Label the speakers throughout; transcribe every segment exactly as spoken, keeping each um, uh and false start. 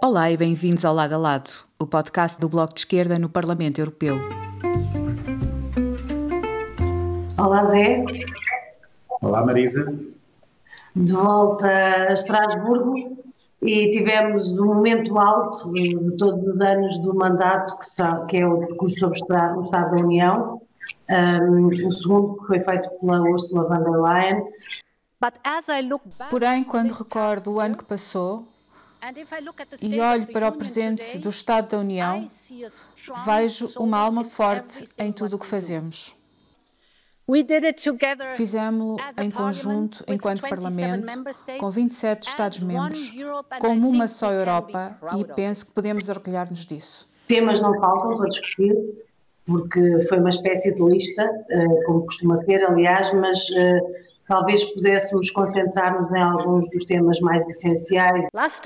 Speaker 1: Olá e bem-vindos ao Lado a Lado, o podcast do Bloco de Esquerda no Parlamento Europeu.
Speaker 2: Olá Zé.
Speaker 3: Olá Marisa.
Speaker 2: De volta a Estrasburgo e tivemos um momento alto de todos os anos do mandato, que, são, que é o discurso sobre o Estado da União, um, o segundo que foi feito pela Ursula von der Leyen.
Speaker 1: Porém, quando recordo o ano que passou e olho para o presente do Estado da União, vejo uma alma forte em tudo o que fazemos. Fizemos-lo em conjunto, enquanto Parlamento, com vinte e sete Estados-membros, como uma só Europa, e penso que podemos orgulhar-nos disso.
Speaker 2: Temas não faltam para discutir, porque foi uma espécie de lista, como costuma ser, aliás, mas talvez pudéssemos concentrar-nos em alguns dos temas mais essenciais.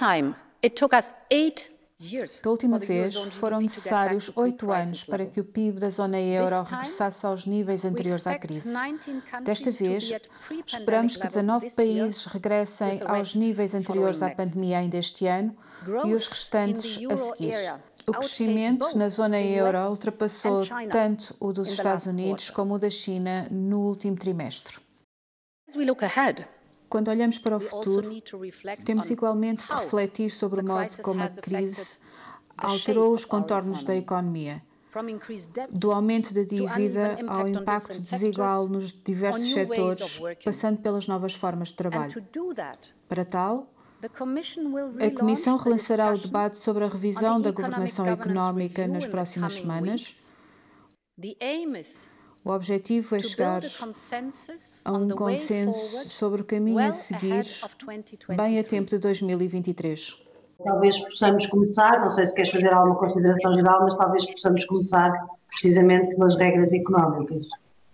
Speaker 1: Da última vez, foram necessários oito anos para que o P I B da zona euro regressasse aos níveis anteriores à crise. Desta vez, esperamos que dezanove países regressem aos níveis anteriores à pandemia ainda este ano e os restantes a seguir. O crescimento na zona euro ultrapassou tanto o dos Estados Unidos como o da China no último trimestre. Quando olhamos para o futuro, temos igualmente de refletir sobre o modo como a crise alterou os contornos da economia, do aumento da dívida ao impacto desigual nos diversos setores, passando pelas novas formas de trabalho. Para tal, a Comissão relançará o debate sobre a revisão da governação económica nas próximas semanas. O objetivo é chegar a um consenso sobre o caminho a seguir, bem a tempo de dois mil e vinte e três.
Speaker 2: Talvez possamos começar, não sei se queres fazer alguma consideração geral, mas talvez possamos começar precisamente pelas regras económicas.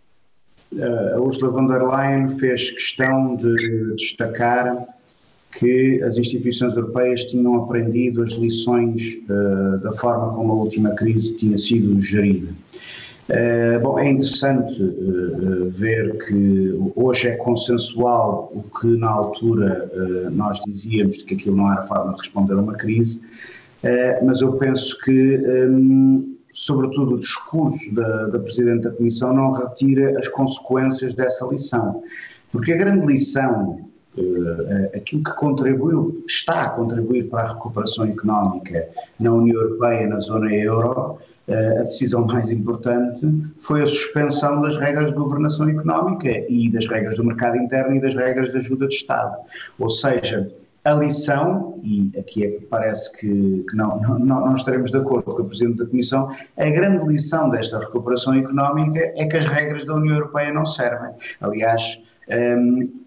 Speaker 3: A Ursula von der Leyen fez questão de destacar que as instituições europeias tinham aprendido as lições uh, da forma como a última crise tinha sido gerida. Uh, bom, é interessante uh, ver que hoje é consensual o que na altura uh, nós dizíamos de que aquilo não era forma de responder a uma crise, uh, mas eu penso que, um, sobretudo, o discurso da, da Presidente da Comissão não retira as consequências dessa lição, porque a grande lição, uh, aquilo que contribuiu, está a contribuir para a recuperação económica na União Europeia, na zona euro, a decisão mais importante foi a suspensão das regras de governação económica e das regras do mercado interno e das regras de ajuda de Estado. Ou seja, a lição, e aqui é que parece que, que não, não, não estaremos de acordo com o Presidente da Comissão, a grande lição desta recuperação económica é que as regras da União Europeia não servem. Aliás, um,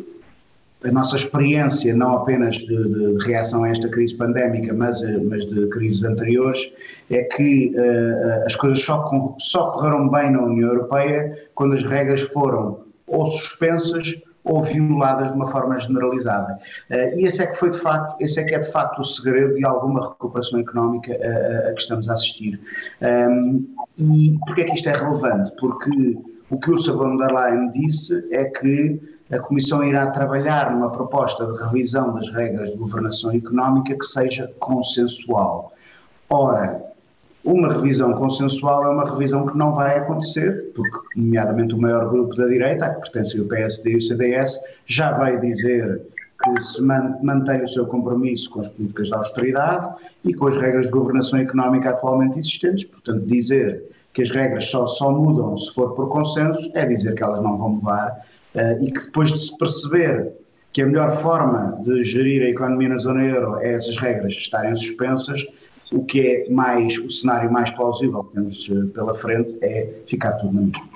Speaker 3: a nossa experiência, não apenas de, de, de reação a esta crise pandémica, mas, mas de crises anteriores, é que uh, as coisas só, com, só correram bem na União Europeia quando as regras foram ou suspensas ou violadas de uma forma generalizada. Uh, e esse é que foi de facto, esse é que é de facto o segredo de alguma recuperação económica a, a que estamos a assistir. Um, e porquê é que isto é relevante? Porque o que Ursula von der Leyen disse é que a Comissão irá trabalhar numa proposta de revisão das regras de governação económica que seja consensual. Ora, uma revisão consensual é uma revisão que não vai acontecer, porque, nomeadamente, o maior grupo da direita, a que pertencem o P S D e o C D S, já vai dizer que se mantém o seu compromisso com as políticas de austeridade e com as regras de governação económica atualmente existentes. Portanto, dizer que as regras só, só mudam se for por consenso é dizer que elas não vão mudar. Uh, e que depois de se perceber que a melhor forma de gerir a economia na zona euro é essas regras estarem suspensas, o que é mais, o cenário mais plausível que temos uh, pela frente é ficar tudo na mesma.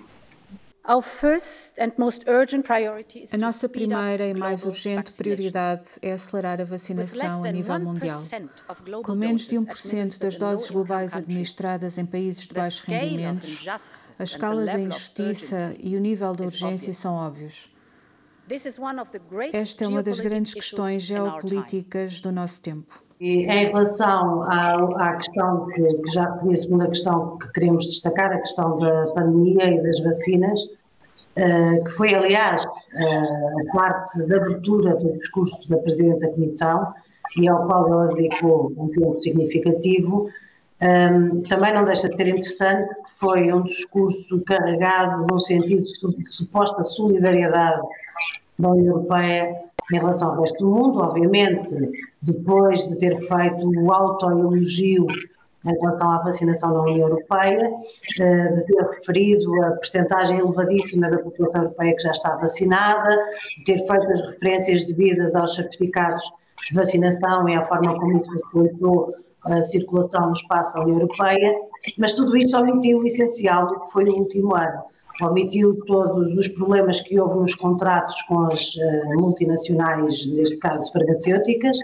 Speaker 1: A nossa primeira e mais urgente prioridade é acelerar a vacinação a nível mundial. Com menos de um por cento das doses globais administradas em países de baixos rendimentos, a escala da injustiça e o nível da urgência são óbvios. Esta é uma das grandes questões geopolíticas do nosso tempo.
Speaker 2: E em relação à, à questão que, que já foi a segunda questão que queremos destacar, a questão da pandemia e das vacinas, uh, que foi, aliás, uh, a parte da abertura do discurso da Presidente da Comissão, e ao qual ela dedicou um tempo significativo, um, também não deixa de ser interessante que foi um discurso carregado num sentido de suposta solidariedade da União Europeia em relação ao resto do mundo, obviamente, depois de ter feito o autoelogio em relação à vacinação na União Europeia, de ter referido a percentagem elevadíssima da população europeia que já está vacinada, de ter feito as referências devidas aos certificados de vacinação e à forma como isso facilitou a circulação no espaço da União Europeia, mas tudo isto omitiu o essencial do que foi o último ano. Omitiu todos os problemas que houve nos contratos com as uh, multinacionais, neste caso farmacêuticas,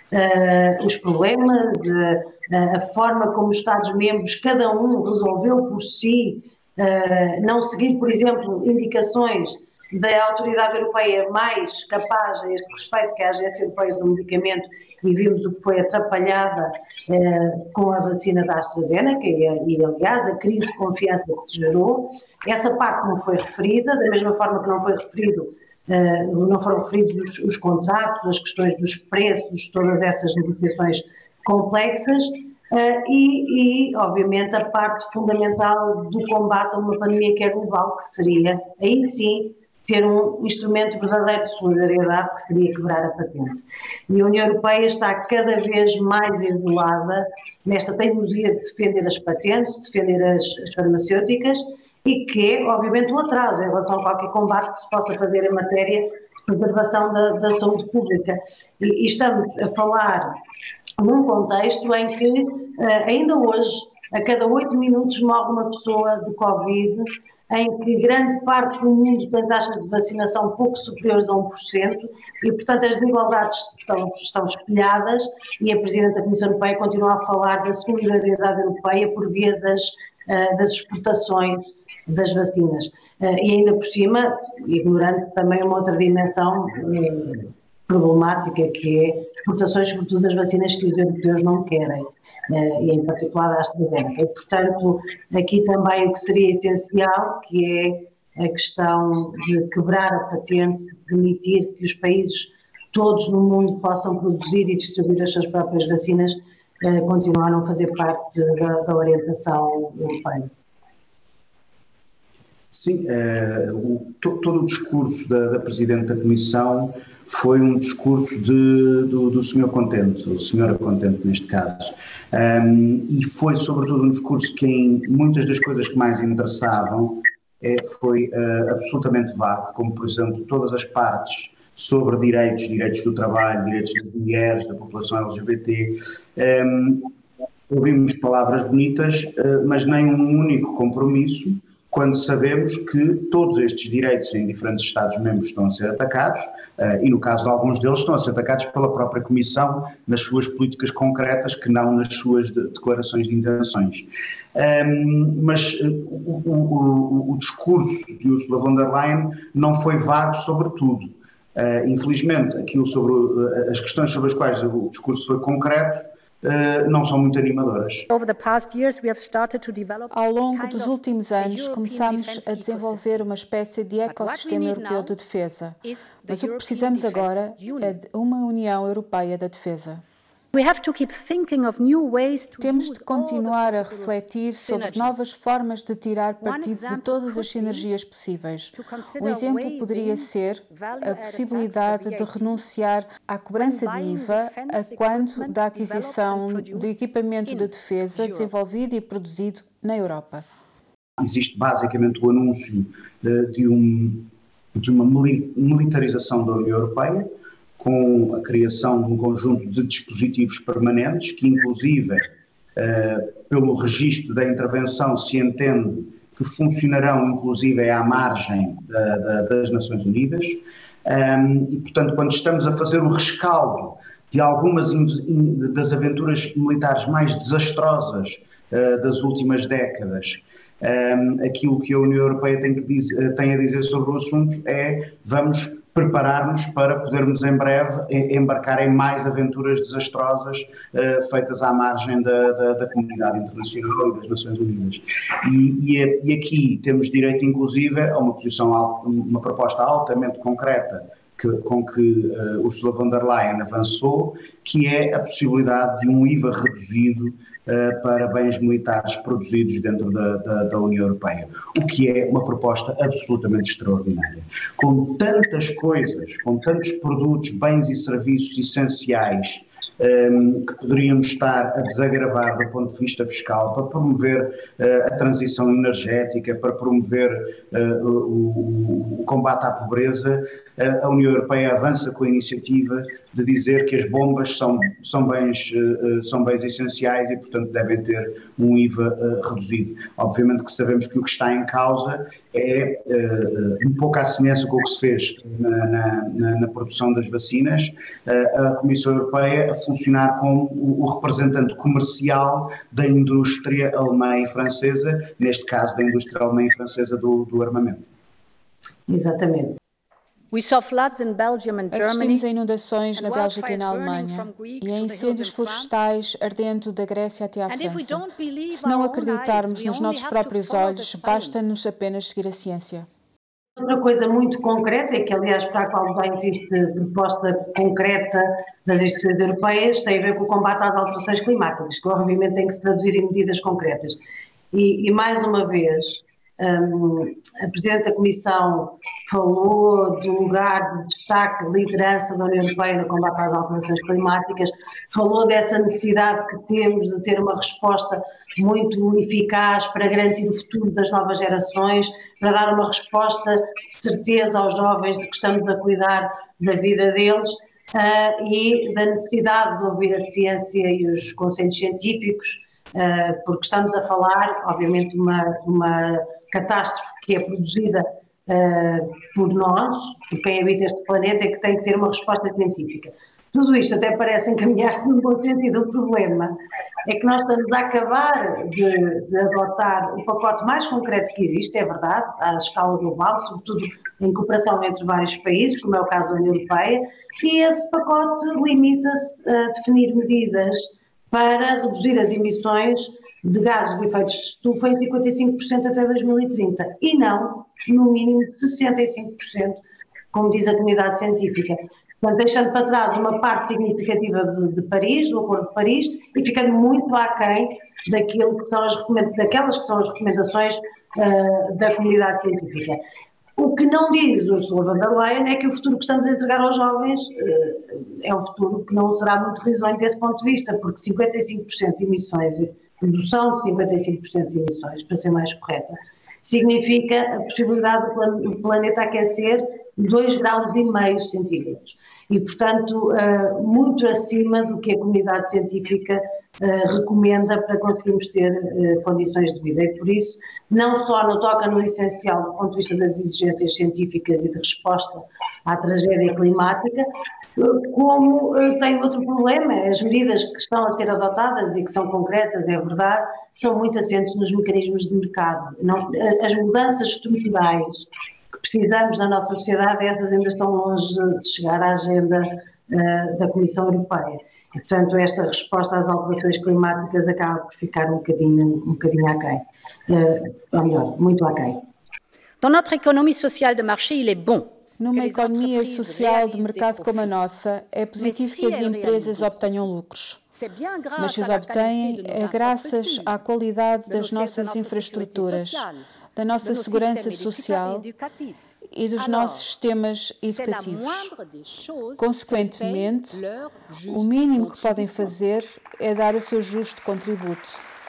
Speaker 2: uh, os problemas, uh, a forma como os Estados-membros, cada um resolveu por si uh, não seguir, por exemplo, indicações da autoridade europeia mais capaz a este respeito, que é a Agência Europeia do Medicamento, e vimos o que foi atrapalhada eh, com a vacina da AstraZeneca e, e, aliás, a crise de confiança que se gerou. Essa parte não foi referida, da mesma forma que não foi referido, eh, não foram referidos os, os contratos, as questões dos preços, todas essas negociações complexas, eh, e, e, obviamente, a parte fundamental do combate a uma pandemia que é global, que seria, aí sim, ter um instrumento verdadeiro de solidariedade, que seria quebrar a patente. E a União Europeia está cada vez mais isolada nesta teimosia de defender as patentes, defender as, as farmacêuticas, e que é, obviamente, um atraso em relação a qualquer combate que se possa fazer em matéria de preservação da, da saúde pública. E, e estamos a falar num contexto em que, ainda hoje, a cada oito minutos morre uma pessoa de Covid, em que grande parte do mundo tem taxas de vacinação pouco superiores a um por cento e, portanto, as desigualdades estão, estão espelhadas, e a Presidente da Comissão Europeia continua a falar da solidariedade europeia por via das, uh, das exportações das vacinas. Uh, e ainda por cima, ignorando também uma outra dimensão uh, problemática, que é exportações, sobretudo das vacinas que os europeus não querem. Uh, e em particular da AstraZeneca. E, portanto, aqui também o que seria essencial, que é a questão de quebrar a patente, de permitir que os países todos no mundo possam produzir e distribuir as suas próprias vacinas, uh, continuar a não fazer parte da, da orientação europeia.
Speaker 3: Sim, uh, o, to, todo o discurso da, da Presidente da Comissão foi um discurso de, do, do senhor Contente, o senhora Contente neste caso, um, e foi sobretudo um discurso que em muitas das coisas que mais interessavam é, foi uh, absolutamente vago, como por exemplo todas as partes sobre direitos, direitos do trabalho, direitos das mulheres, da população L G B T. Um, ouvimos palavras bonitas, uh, mas nem um único compromisso, quando sabemos que todos estes direitos em diferentes Estados-membros estão a ser atacados, uh, e no caso de alguns deles estão a ser atacados pela própria Comissão nas suas políticas concretas, que não nas suas de, declarações de intenções. Um, mas uh, o, o, o discurso de Ursula von der Leyen não foi vago sobre tudo. Uh, infelizmente, aquilo sobre, uh, as questões sobre as quais o discurso foi concreto, Uh, não são muito animadoras.
Speaker 1: Ao longo dos últimos anos, começámos a desenvolver uma espécie de ecossistema europeu de defesa. Mas o que precisamos agora é de uma União Europeia da Defesa. Temos de continuar a refletir sobre novas formas de tirar partido de todas as sinergias possíveis. Um exemplo poderia ser a possibilidade de renunciar à cobrança de I V A a quando da aquisição de equipamento de defesa desenvolvido e produzido na Europa.
Speaker 3: Existe basicamente o anúncio de, de, um, de uma militarização da União Europeia, com a criação de um conjunto de dispositivos permanentes que, inclusive, uh, pelo registro da intervenção, se entende que funcionarão, inclusive, à margem da, da, das Nações Unidas. Um, e, portanto, quando estamos a fazer o rescaldo de algumas in, das aventuras militares mais desastrosas uh, das últimas décadas, um, aquilo que a União Europeia tem, que diz, tem a dizer sobre o assunto é: vamos preparar-nos para podermos em breve embarcar em mais aventuras desastrosas uh, feitas à margem da, da, da comunidade internacional e das Nações Unidas. E, e, e aqui temos direito, inclusive, a uma posição, uma proposta altamente concreta que, com que uh, Ursula von der Leyen avançou, que é a possibilidade de um I V A reduzido uh, para bens militares produzidos dentro da, da, da União Europeia, o que é uma proposta absolutamente extraordinária. Com tantas coisas, com tantos produtos, bens e serviços essenciais um, que poderíamos estar a desagravar do ponto de vista fiscal para promover uh, a transição energética, para promover uh, o, o combate à pobreza, uh, a União Europeia avança com a iniciativa de dizer que as bombas são, são, bens, uh, são bens essenciais e, portanto, devem ter um I V A uh, reduzido. Obviamente que sabemos que o que está em causa é uh, um pouco à semelhança com o que se fez na, na, na, na produção das vacinas, uh, a Comissão Europeia a funcionar como o, o representante comercial da indústria alemã e francesa, neste caso da indústria alemã e francesa do, do armamento.
Speaker 2: Exatamente.
Speaker 1: Assistimos a inundações na Bélgica e na Alemanha e a incêndios florestais ardendo da Grécia até à França. Se não acreditarmos nos nossos próprios olhos, basta-nos apenas seguir a ciência.
Speaker 2: Outra coisa muito concreta, e que aliás para a qual bem existe proposta concreta das instituições europeias, tem a ver com o combate às alterações climáticas, que obviamente tem que se traduzir em medidas concretas. E, e mais uma vez, um, a Presidente da Comissão falou do lugar de destaque, de liderança da União Europeia no combate às alterações climáticas, falou dessa necessidade que temos de ter uma resposta muito eficaz para garantir o futuro das novas gerações, para dar uma resposta de certeza aos jovens de que estamos a cuidar da vida deles uh, e da necessidade de ouvir a ciência e os conselhos científicos, uh, porque estamos a falar, obviamente, de uma, uma catástrofe que é produzida uh, por nós, por quem habita este planeta, e que tem que ter uma resposta científica. Tudo isto até parece encaminhar-se no bom sentido. O problema é que nós estamos a acabar de, de adotar o pacote mais concreto que existe, é verdade, à escala global, sobretudo em cooperação entre vários países, como é o caso da União Europeia, e esse pacote limita-se a definir medidas para reduzir as emissões de gases de efeito de estufa em cinquenta e cinco por cento até dois mil e trinta, e não no mínimo de sessenta e cinco por cento, como diz a comunidade científica. Portanto, deixando para trás uma parte significativa de, de Paris, do Acordo de Paris, e ficando muito aquém daquilo que são as daquelas que são as recomendações uh, da comunidade científica. O que não diz Ursula von der Leyen é que o futuro que estamos a entregar aos jovens uh, é um futuro que não será muito risonho desse ponto de vista, porque cinquenta e cinco por cento de emissões, redução de cinquenta e cinco por cento de emissões, para ser mais correta, significa a possibilidade do planeta aquecer dois graus e meio centígrados. E, portanto, uh, muito acima do que a comunidade científica uh, recomenda para conseguirmos ter uh, condições de vida. E, por isso, não só não toca no essencial do ponto de vista das exigências científicas e de resposta à tragédia climática, uh, como uh, tem outro problema. As medidas que estão a ser adotadas e que são concretas, é verdade, são muito assentes nos mecanismos de mercado. Não, as mudanças estruturais precisamos da nossa sociedade, essas ainda estão longe de chegar à agenda uh, da Comissão Europeia. E, portanto, esta resposta às alterações climáticas acaba por ficar um bocadinho, um bocadinho aquém. Uh, ou melhor, muito aquém.
Speaker 4: Dans notre économie sociale de marché, il est bon.
Speaker 1: Numa economia social de mercado como a nossa, é positivo que as empresas obtenham lucros. Mas se os obtêm, é graças à qualidade das nossas infraestruturas, da nossa segurança social e dos nossos sistemas educativos. Consequentemente, o mínimo que podem fazer é dar o seu justo contributo.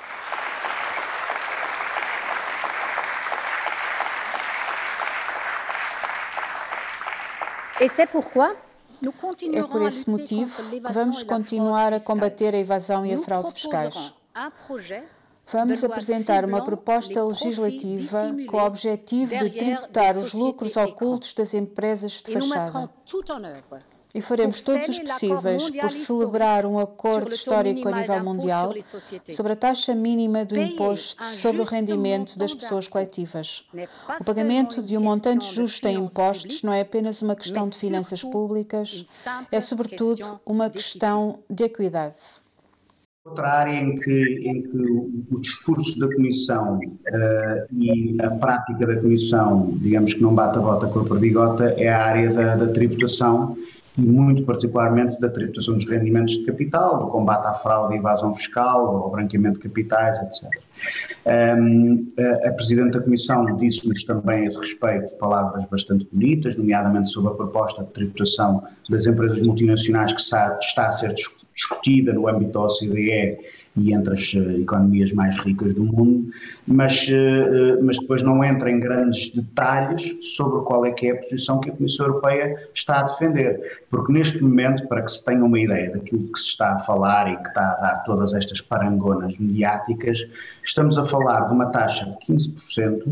Speaker 1: É por esse motivo que vamos continuar a combater a evasão e a fraude fiscais. Vamos apresentar uma proposta legislativa com o objetivo de tributar os lucros ocultos das empresas de fachada. E faremos todos os possíveis por celebrar um acordo histórico a nível mundial sobre a taxa mínima do imposto sobre o rendimento das pessoas coletivas. O pagamento de um montante justo em impostos não é apenas uma questão de finanças públicas, é sobretudo uma questão de equidade.
Speaker 3: Outra área em que, em que o discurso da Comissão uh, e a prática da Comissão, digamos que não bate a bota com a perdigota, é a área da, da tributação e muito particularmente da tributação dos rendimentos de capital, do combate à fraude e evasão fiscal, ao branqueamento de capitais, etcétera. Um, a, a Presidente da Comissão disse-nos também a esse respeito palavras bastante bonitas, nomeadamente sobre a proposta de tributação das empresas multinacionais que está, está a ser discutida no âmbito da O C D E e entre as uh, economias mais ricas do mundo, mas, uh, mas depois não entra em grandes detalhes sobre qual é que é a posição que a Comissão Europeia está a defender, porque neste momento, para que se tenha uma ideia daquilo que se está a falar e que está a dar todas estas parangonas mediáticas, estamos a falar de uma taxa de quinze por cento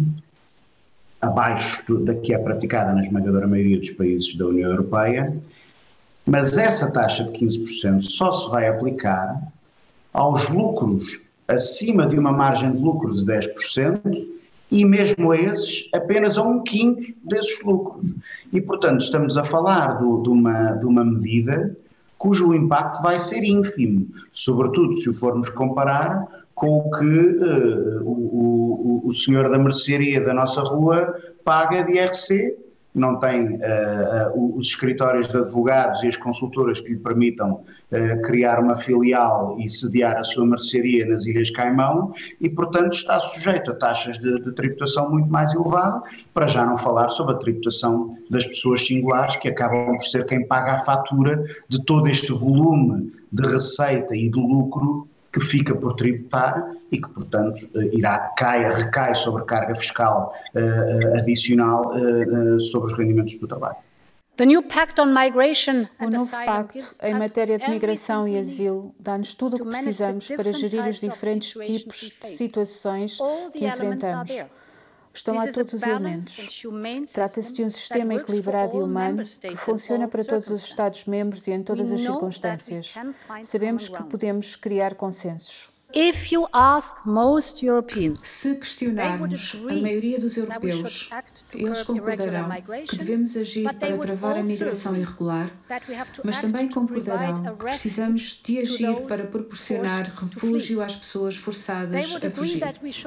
Speaker 3: abaixo do, da que é praticada na esmagadora maioria dos países da União Europeia, mas essa taxa de quinze por cento só se vai aplicar aos lucros acima de uma margem de lucro de dez por cento e mesmo a esses apenas a um quinto desses lucros. E, portanto, estamos a falar do, de, uma, de uma medida cujo impacto vai ser ínfimo, sobretudo se o formos comparar com o que uh, o, o, o senhor da mercearia da nossa rua paga de I R C. Não tem uh, uh, os escritórios de advogados e as consultoras que lhe permitam uh, criar uma filial e sediar a sua mercearia nas Ilhas Caimão e, portanto, está sujeito a taxas de, de tributação muito mais elevada, para já não falar sobre a tributação das pessoas singulares, que acabam por ser quem paga a fatura de todo este volume de receita e de lucro que fica por tributar e que, portanto, irá, cai, recai sobre carga fiscal uh, adicional uh, uh, sobre os rendimentos do trabalho.
Speaker 4: The new pact on migration
Speaker 1: o novo pacto em matéria de migração e asilo dá-nos tudo o que precisamos para gerir os diferentes tipos de situações que enfrentamos. Estão lá todos os elementos. Trata-se de um sistema equilibrado e humano que funciona para todos os Estados-membros e em todas as circunstâncias. Sabemos que podemos criar consensos.
Speaker 4: If you ask most Europeans,
Speaker 1: se questionarmos a maioria dos europeus, eles concordarão que devemos agir para travar a migração irregular, mas também concordarão que precisamos de agir para proporcionar refúgio às pessoas forçadas a fugir.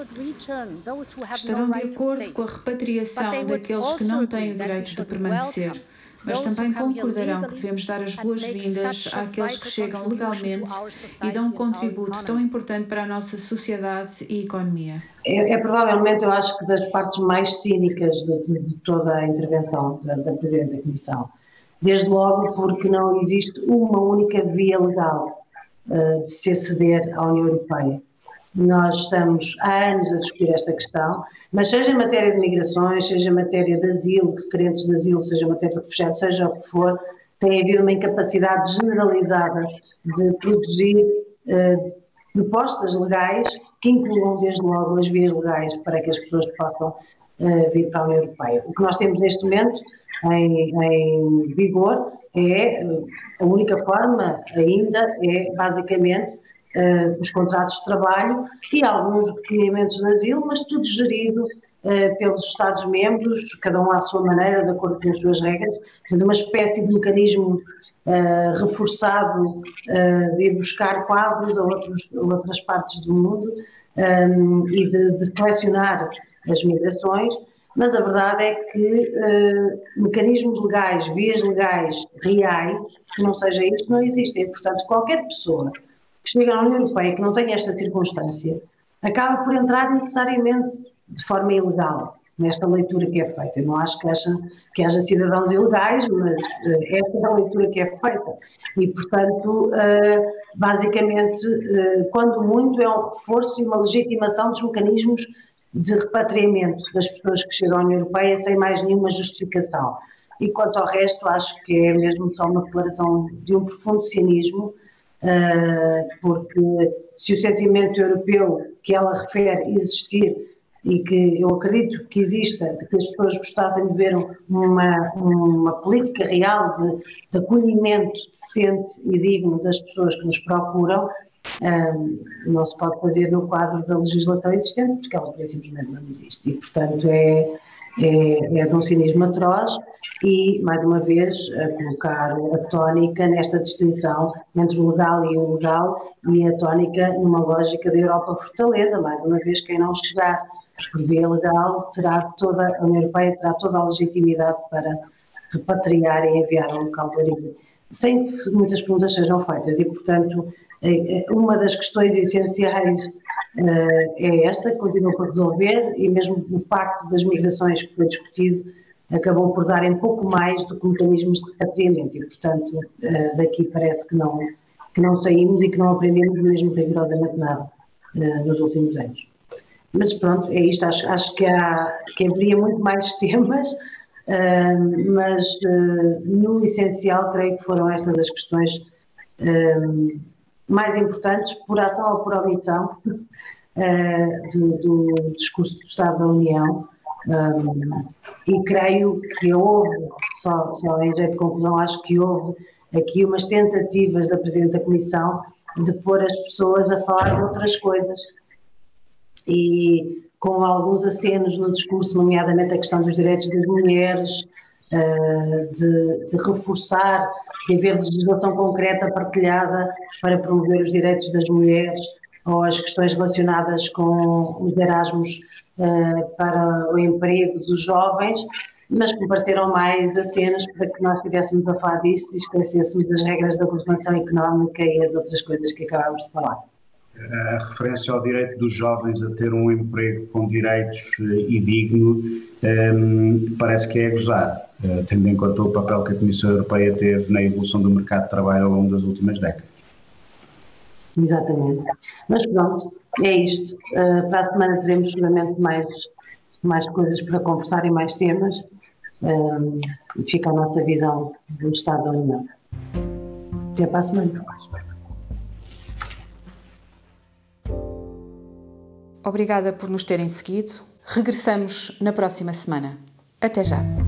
Speaker 1: Estarão de acordo com a repatriação daqueles que não têm o direito de permanecer, mas também concordarão que devemos dar as boas-vindas àqueles que chegam legalmente e dão um contributo tão importante para a nossa sociedade e economia.
Speaker 2: É, é provavelmente, eu acho que das partes mais cínicas de, de toda a intervenção da, da Presidente da Comissão. Desde logo porque não existe uma única via legal uh, de se aceder à União Europeia. Nós estamos há anos a discutir esta questão, mas seja em matéria de migrações, seja em matéria de asilo, de requerentes de asilo, seja em matéria de refugiados, seja o que for, tem havido uma incapacidade generalizada de produzir eh, propostas legais que incluam desde logo as vias legais para que as pessoas possam eh, vir para a União Europeia. O que nós temos neste momento em, em vigor é, a única forma ainda é basicamente Uh, os contratos de trabalho e alguns requerimentos de asilo, mas tudo gerido uh, pelos Estados-membros, cada um à sua maneira, de acordo com as suas regras, portanto, uma espécie de mecanismo uh, reforçado uh, de ir buscar quadros a, outros, a outras partes do mundo um, e de, de selecionar as migrações, mas a verdade é que uh, mecanismos legais, vias legais reais, que não seja isto, não existem. Portanto, qualquer pessoa que chega à União Europeia que não tenha esta circunstância, acaba por entrar necessariamente de forma ilegal, nesta leitura que é feita. Eu não acho que haja, que haja cidadãos ilegais, mas uh, esta é a leitura que é feita. E, portanto, uh, basicamente, uh, quando muito, é um reforço e uma legitimação dos mecanismos de repatriamento das pessoas que chegam à União Europeia sem mais nenhuma justificação. E quanto ao resto, acho que é mesmo só uma declaração de um profundo cinismo, Uh, porque se o sentimento europeu que ela refere existir, e que eu acredito que exista, de que as pessoas gostassem de ver uma, uma política real de, de acolhimento decente e digno das pessoas que nos procuram, uh, não se pode fazer no quadro da legislação existente, porque ela simplesmente não existe. E, portanto, é, é, é de um cinismo atroz e, mais uma vez, a colocar a tónica nesta distinção entre o legal e o ilegal e a tónica numa lógica da Europa fortaleza. Mais uma vez, quem não chegar por via legal terá toda, a União Europeia terá toda a legitimidade para repatriar e enviar ao local de origem, sem que muitas perguntas sejam feitas e, portanto, uma das questões essenciais é esta, que continua por resolver, e mesmo o Pacto das Migrações que foi discutido acabou por dar em pouco mais do que mecanismos de repatriamento e, portanto, daqui parece que não, que não saímos e que não aprendemos mesmo rigorosamente nada nos últimos anos. Mas pronto, é isto, acho, acho que, há, que haveria muito mais temas, uh, mas uh, no essencial creio que foram estas as questões uh, mais importantes, por ação ou por omissão, uh, do, do discurso do Estado da União, um, e creio que houve, só, só em jeito de conclusão, acho que houve aqui umas tentativas da Presidente da Comissão de pôr as pessoas a falar de outras coisas, e com alguns acenos no discurso, nomeadamente a questão dos direitos das mulheres, de, de reforçar, de haver legislação concreta partilhada para promover os direitos das mulheres, ou as questões relacionadas com os Erasmus para o emprego dos jovens, mas que me pareceram mais acenos para que nós estivéssemos a falar disto e esquecêssemos as regras da governação económica e as outras coisas que acabámos de falar.
Speaker 3: A referência ao direito dos jovens a ter um emprego com direitos e digno um, parece que é gozar, uh, tendo em conta o papel que a Comissão Europeia teve na evolução do mercado de trabalho ao longo das últimas décadas.
Speaker 2: Exatamente. Mas pronto, é isto. Uh, para a semana teremos seguramente mais, mais coisas para conversar e mais temas. Uh, fica a nossa visão do Estado da União. Até para a semana.
Speaker 1: Obrigada por nos terem seguido. Regressamos na próxima semana. Até já!